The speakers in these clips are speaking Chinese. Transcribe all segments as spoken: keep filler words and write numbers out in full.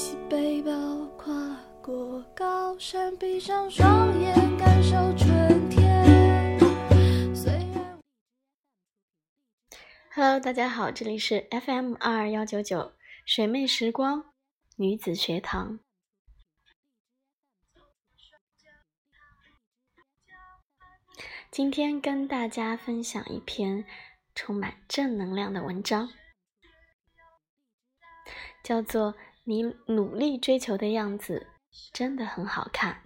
起背包跨过高山，闭上双眼感受春天。虽然 Hello， 大家好，这里是 F M 二二一九九水妹时光女子学堂。今天跟大家分享一篇充满正能量的文章，叫做你努力追求的样子真的很好看。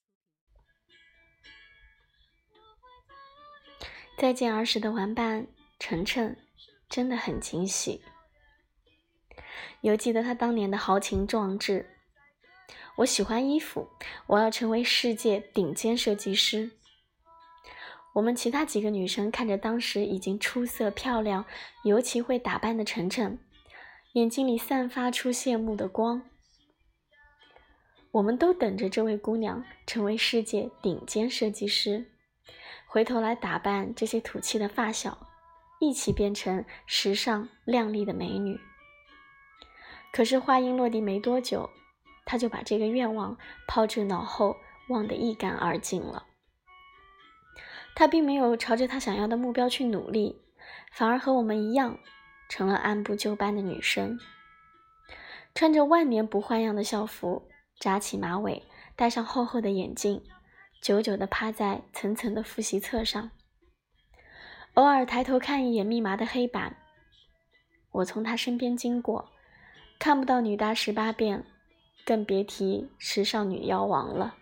再见儿时的玩伴晨晨真的很惊喜，犹记得他当年的豪情壮志，我喜欢衣服，我要成为世界顶尖设计师。我们其他几个女生看着当时已经出色漂亮尤其会打扮的晨晨，眼睛里散发出羡慕的光。我们都等着这位姑娘成为世界顶尖设计师，回头来打扮这些土气的发小，一起变成时尚靓丽的美女。可是话音落地没多久，她就把这个愿望抛至脑后，忘得一干二净了。她并没有朝着她想要的目标去努力，反而和我们一样，成了按部就班的女生，穿着万年不换样的校服，扎起马尾，戴上厚厚的眼镜，久久地趴在层层的复习册上，偶尔抬头看一眼密麻的黑板。我从她身边经过，看不到女大十八变，更别提时尚女妖王了。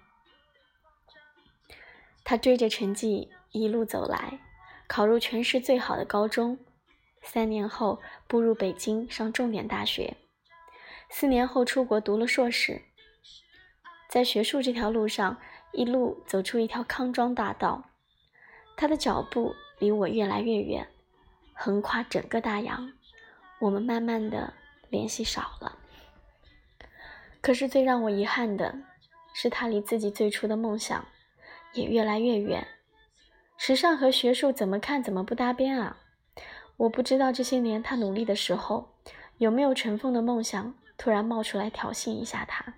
她追着成绩一路走来，考入全市最好的高中，三年后步入北京上重点大学，四年后出国读了硕士。在学术这条路上，一路走出一条康庄大道，她的脚步离我越来越远，横跨整个大洋，我们慢慢的联系少了。可是最让我遗憾的是，她离自己最初的梦想也越来越远。时尚和学术怎么看怎么不搭边啊！我不知道这些年她努力的时候，有没有尘封的梦想突然冒出来挑衅一下她。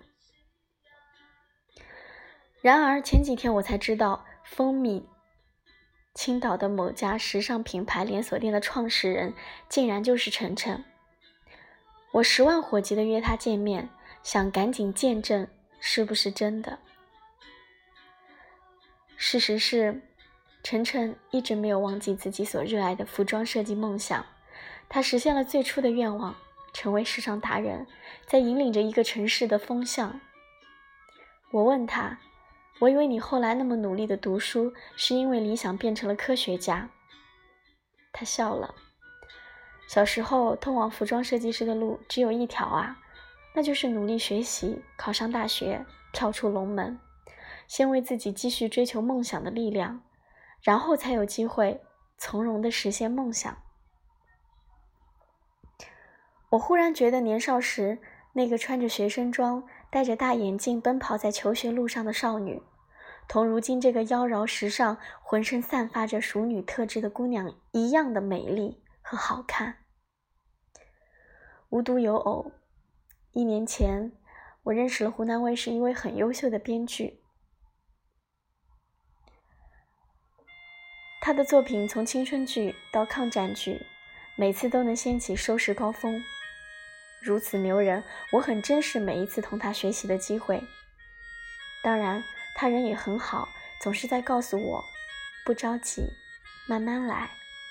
然而前几天我才知道，风靡青岛的某家时尚品牌连锁店的创始人竟然就是晨晨。我十万火急地约她见面，想赶紧见证是不是真的。事实是，晨晨一直没有忘记自己所热爱的服装设计梦想，她实现了最初的愿望，成为时尚达人，在引领着一个城市的风向。我问她，我以为你后来那么努力的读书，是因为理想变成了科学家。她笑了，小时候通往服装设计师的路只有一条啊，那就是努力学习，考上大学，跳出龙门，先为自己积蓄追求梦想的力量，然后才有机会从容地实现梦想。我忽然觉得年少时那个穿着学生装，戴着大眼镜奔跑在求学路上的少女，同如今这个妖娆时尚、浑身散发着淑女特质的姑娘一样的美丽和好看。无独有偶，一年前我认识了湖南卫视一位很优秀的编剧，他的作品从青春剧到抗战剧，每次都能掀起收视高峰。如此牛人，我很珍视每一次同他学习的机会。当然，他人也很好，总是在告诉我，不着急，慢慢来。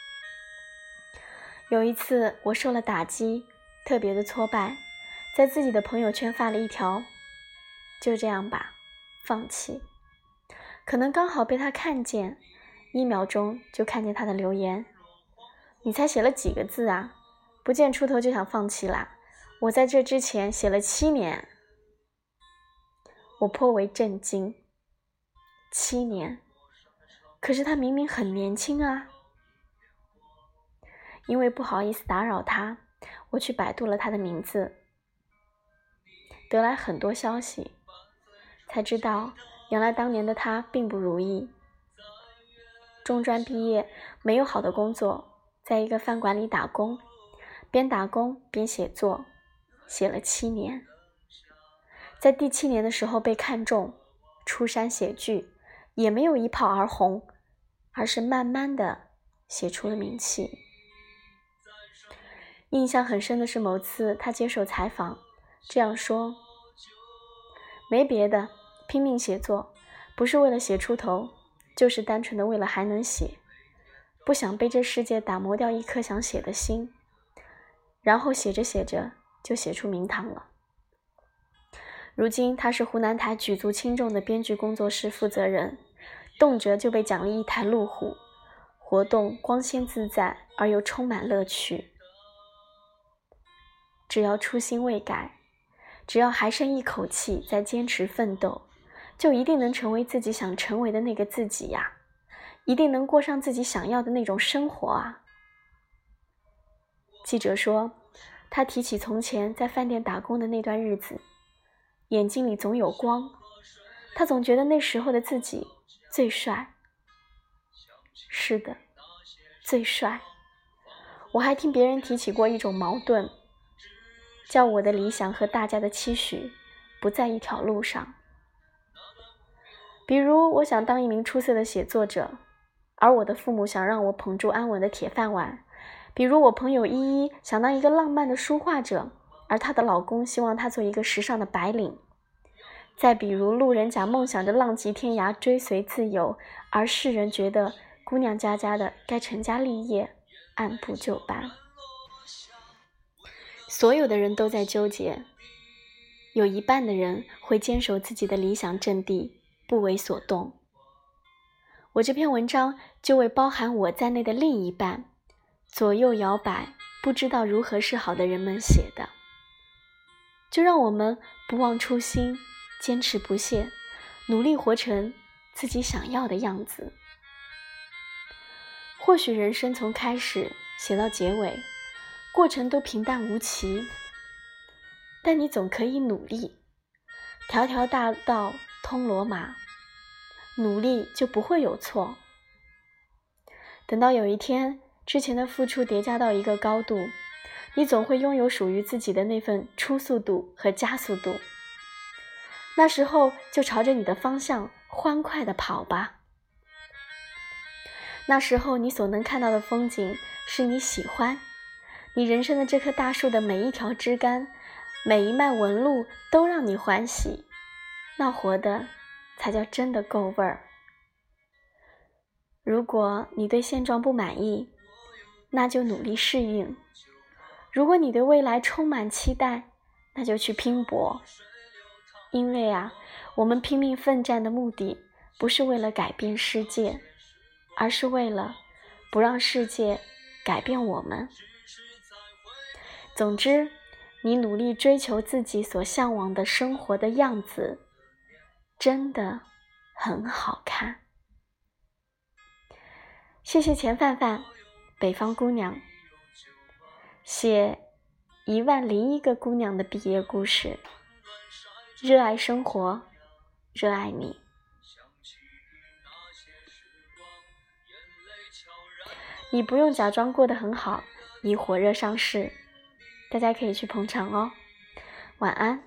有一次我受了打击，特别的挫败，在自己的朋友圈发了一条，就这样吧，放弃。可能刚好被他看见，一秒钟就看见他的留言，你才写了几个字啊，不见出头就想放弃啦，我在这之前写了七年。我颇为震惊，七年，可是他明明很年轻啊。因为不好意思打扰他，我去百度了他的名字，得来很多消息，才知道原来当年的他并不如意。中专毕业，没有好的工作，在一个饭馆里打工，边打工边写作，写了七年。 在第七年的时候被看中，出山写剧，也没有一炮而红，而是慢慢的写出了名气。印象很深的是某次他接受采访，这样说：没别的，拼命写作，不是为了写出头，就是单纯的为了还能写，不想被这世界打磨掉一颗想写的心，然后写着写着就写出名堂了。如今他是湖南台举足轻重的编剧工作室负责人，动辄就被奖励一台路虎，活动光鲜自在而又充满乐趣。只要初心未改，只要还剩一口气在坚持奋斗，就一定能成为自己想成为的那个自己呀，一定能过上自己想要的那种生活啊。记者说，他提起从前在饭店打工的那段日子，眼睛里总有光，他总觉得那时候的自己最帅。是的，最帅。我还听别人提起过一种矛盾，叫我的理想和大家的期许不在一条路上。比如我想当一名出色的写作者，而我的父母想让我捧住安稳的铁饭碗。比如我朋友依依想当一个浪漫的书画者，而她的老公希望她做一个时尚的白领。再比如路人甲梦想着浪迹天涯，追随自由，而世人觉得姑娘家家的该成家立业，按部就班。所有的人都在纠结，有一半的人会坚守自己的理想阵地，不为所动。我这篇文章就为包含我在内的另一半，左右摇摆，不知道如何是好的人们写的。就让我们不忘初心，坚持不懈，努力活成自己想要的样子。或许人生从开始写到结尾，过程都平淡无奇，但你总可以努力。条条大道通罗马，努力就不会有错。等到有一天，之前的付出叠加到一个高度，你总会拥有属于自己的那份初速度和加速度。那时候就朝着你的方向欢快地跑吧。那时候你所能看到的风景是你喜欢，你人生的这棵大树的每一条枝干，每一脉纹路都让你欢喜，那活的才叫真的够味儿。如果你对现状不满意，那就努力适应；如果你对未来充满期待，那就去拼搏。因为啊，我们拼命奋战的目的不是为了改变世界，而是为了不让世界改变我们。总之，你努力追求自己所向往的生活的样子，真的很好看。谢谢钱范范，北方姑娘，写一万零一个姑娘的毕业故事。热爱生活，热爱你。你不用假装过得很好，你火热上市，大家可以去捧场哦。晚安。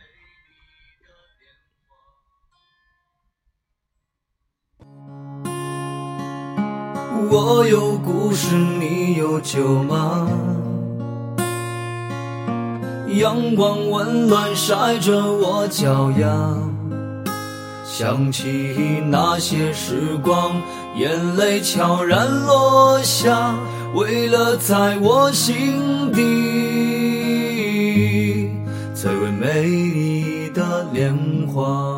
我有故事，你有酒吗？阳光温暖晒着我脚丫，想起那些时光，眼泪悄然落下，为了在我心底最为美丽的莲花。